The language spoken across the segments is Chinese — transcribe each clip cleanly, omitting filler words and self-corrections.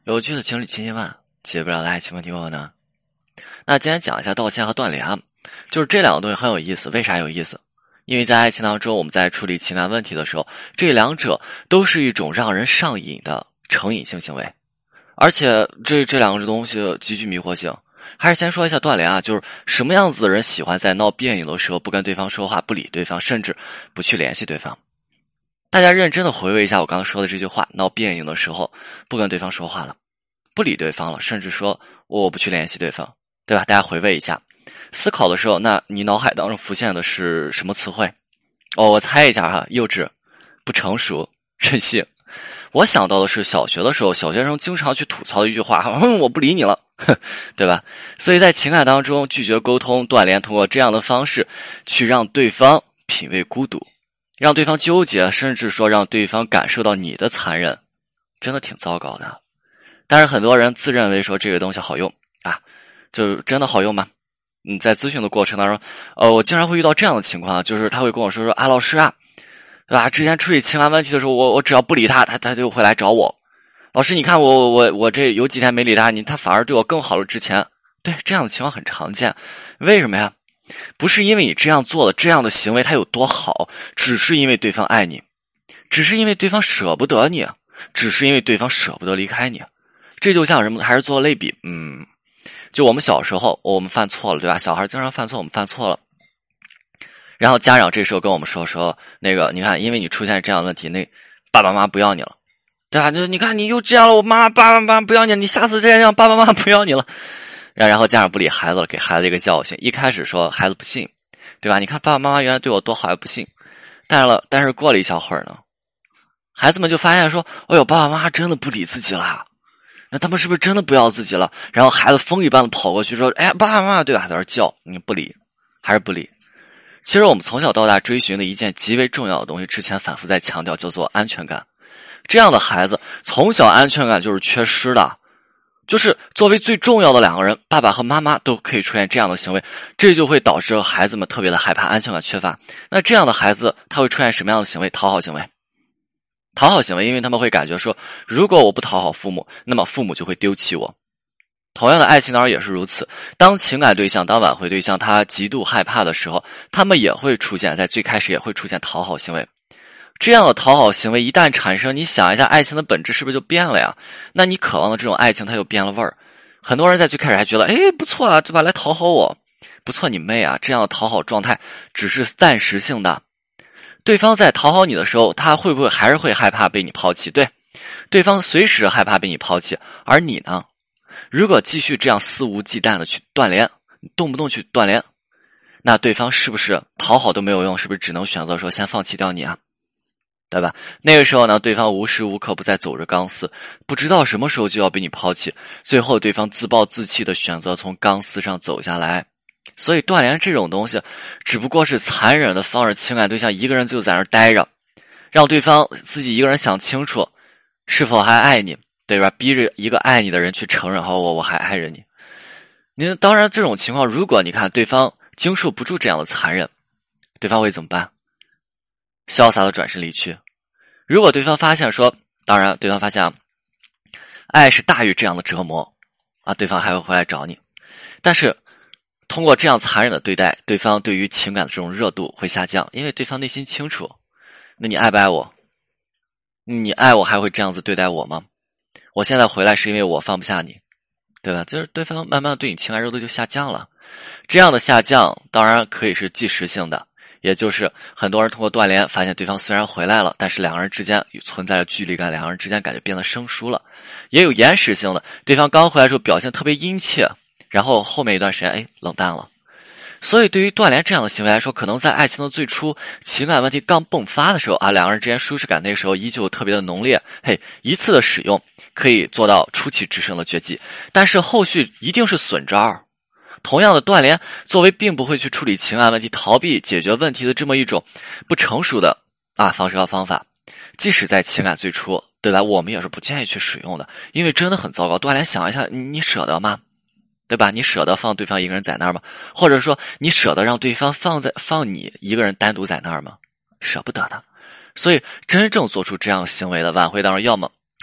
有趣的情侣千千万，解不了的爱情问题问呢。那今天讲一下道歉和断联，就是这两个东西很有意思。为啥有意思？因为在爱情当中，我们在处理情感问题的时候，这两者都是一种让人上瘾的成瘾性行为，而且这两个东西极具迷惑性。还是先说一下断联啊，就是什么样子的人喜欢在闹别扭的时候不跟对方说话，不理对方，甚至不去联系对方。大家认真的回味一下我刚才说的这句话，闹别扭的时候不跟对方说话了，不理对方了，甚至说我不去联系对方，对吧？大家回味一下，思考的时候，那你脑海当中浮现的是什么词汇？我猜一下哈，幼稚、不成熟、任性。我想到的是小学的时候，小学生经常去吐槽的一句话，我不理你了，对吧？所以在情感当中，拒绝沟通、断联，通过这样的方式去让对方品味孤独，让对方纠结，甚至说让对方感受到你的残忍，真的挺糟糕的。但是很多人自认为说这个东西好用啊，就真的好用吗？在咨询的过程当中，我经常会遇到这样的情况，就是他会跟我说啊，老师啊，对吧？之前处理情感问题的时候，我只要不理他，他就会来找我。老师，你看我这有几天没理他，他反而对我更好了。之前对这样的情况很常见，为什么呀？不是因为你这样做的这样的行为它有多好，只是因为对方爱你，只是因为对方舍不得你，只是因为对方舍不得离开你。这就像什么？还是做类比，就我们小时候我们犯错了，对吧？小孩经常犯错，我们犯错了。然后家长这时候跟我们说那个，你看，因为你出现这样的问题，那爸爸妈妈不要你了，对吧？就你看你又这样了，我爸爸不要你，你下次再这样，爸爸妈妈不要你了。然后家长不理孩子了，给孩子一个教训。一开始说孩子不信，对吧？你看爸爸妈妈原来对我多好，还不信。但是过了一小会儿呢，孩子们就发现说，哎呦，爸爸妈妈真的不理自己了，那他们是不是真的不要自己了？然后孩子疯一般的跑过去说，哎，爸爸妈妈，对吧？在那叫，你不理，还是不理。其实我们从小到大追寻的一件极为重要的东西，之前反复在强调，叫做安全感。这样的孩子从小安全感就是缺失的，就是作为最重要的两个人，爸爸和妈妈都可以出现这样的行为，这就会导致孩子们特别的害怕，安全感缺乏。那这样的孩子他会出现什么样的行为？讨好行为。讨好行为，因为他们会感觉说，如果我不讨好父母，那么父母就会丢弃我。同样的，爱情当然也是如此。当情感对象、当挽回对象他极度害怕的时候，他们也会出现，在最开始也会出现讨好行为。这样的讨好行为一旦产生，你想一下，爱情的本质是不是就变了呀？那你渴望的这种爱情，它又变了味儿。很多人在最开始还觉得，不错啊，对吧？来讨好我，不错你妹啊！这样的讨好状态只是暂时性的。对方在讨好你的时候，他会不会还是会害怕被你抛弃？对，对方随时害怕被你抛弃，而你呢？如果继续这样肆无忌惮的去断联，动不动去断联，那对方是不是讨好都没有用？是不是只能选择说先放弃掉你啊？对吧？那个时候呢，对方无时无刻不在走着钢丝，不知道什么时候就要被你抛弃，最后对方自暴自弃的选择从钢丝上走下来。所以断联这种东西，只不过是残忍的放着情感对象一个人就在那儿待着，让对方自己一个人想清楚是否还爱你，对吧？逼着一个爱你的人去承认，好，我还爱着你。当然这种情况，如果你看对方经受不住这样的残忍，对方会怎么办？潇洒的转身离去。如果对方发现说，当然对方发现爱是大于这样的折磨啊，对方还会回来找你。但是通过这样残忍的对待，对方对于情感的这种热度会下降，因为对方内心清楚，那你爱不爱我？你爱我还会这样子对待我吗？我现在回来是因为我放不下你，对吧？就是对方慢慢的对你情感热度就下降了。这样的下降当然可以是即时性的，也就是很多人通过断联发现对方虽然回来了，但是两个人之间存在着距离感，两个人之间感觉变得生疏了。也有延时性的，对方刚回来的时候表现特别殷切，然后后面一段时间冷淡了。所以对于断联这样的行为来说，可能在爱情的最初，情感问题刚迸发的时候啊，两个人之间舒适感那个时候依旧特别的浓烈，一次的使用可以做到出奇制胜的绝技，但是后续一定是损招。同样的，断联作为并不会去处理情感问题、逃避解决问题的这么一种不成熟的方式和方法，即使在情感最初，对吧？我们也是不建议去使用的，因为真的很糟糕。断联想一下，你舍得吗？对吧？你舍得放对方一个人在那儿吗？或者说你舍得让对方放你一个人单独在那儿吗？舍不得的。所以真正做出这样行为的挽回当中，要么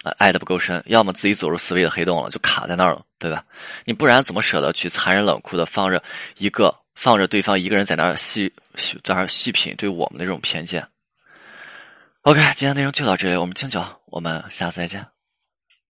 爱的不够深，要么自己走入思维的黑洞了，就卡在那儿了，对吧？你不然怎么舍得去残忍冷酷的放着对方一个人在那儿细品对我们的这种偏见？OK，今天内容就到这里，我们清酒，我们下次再见。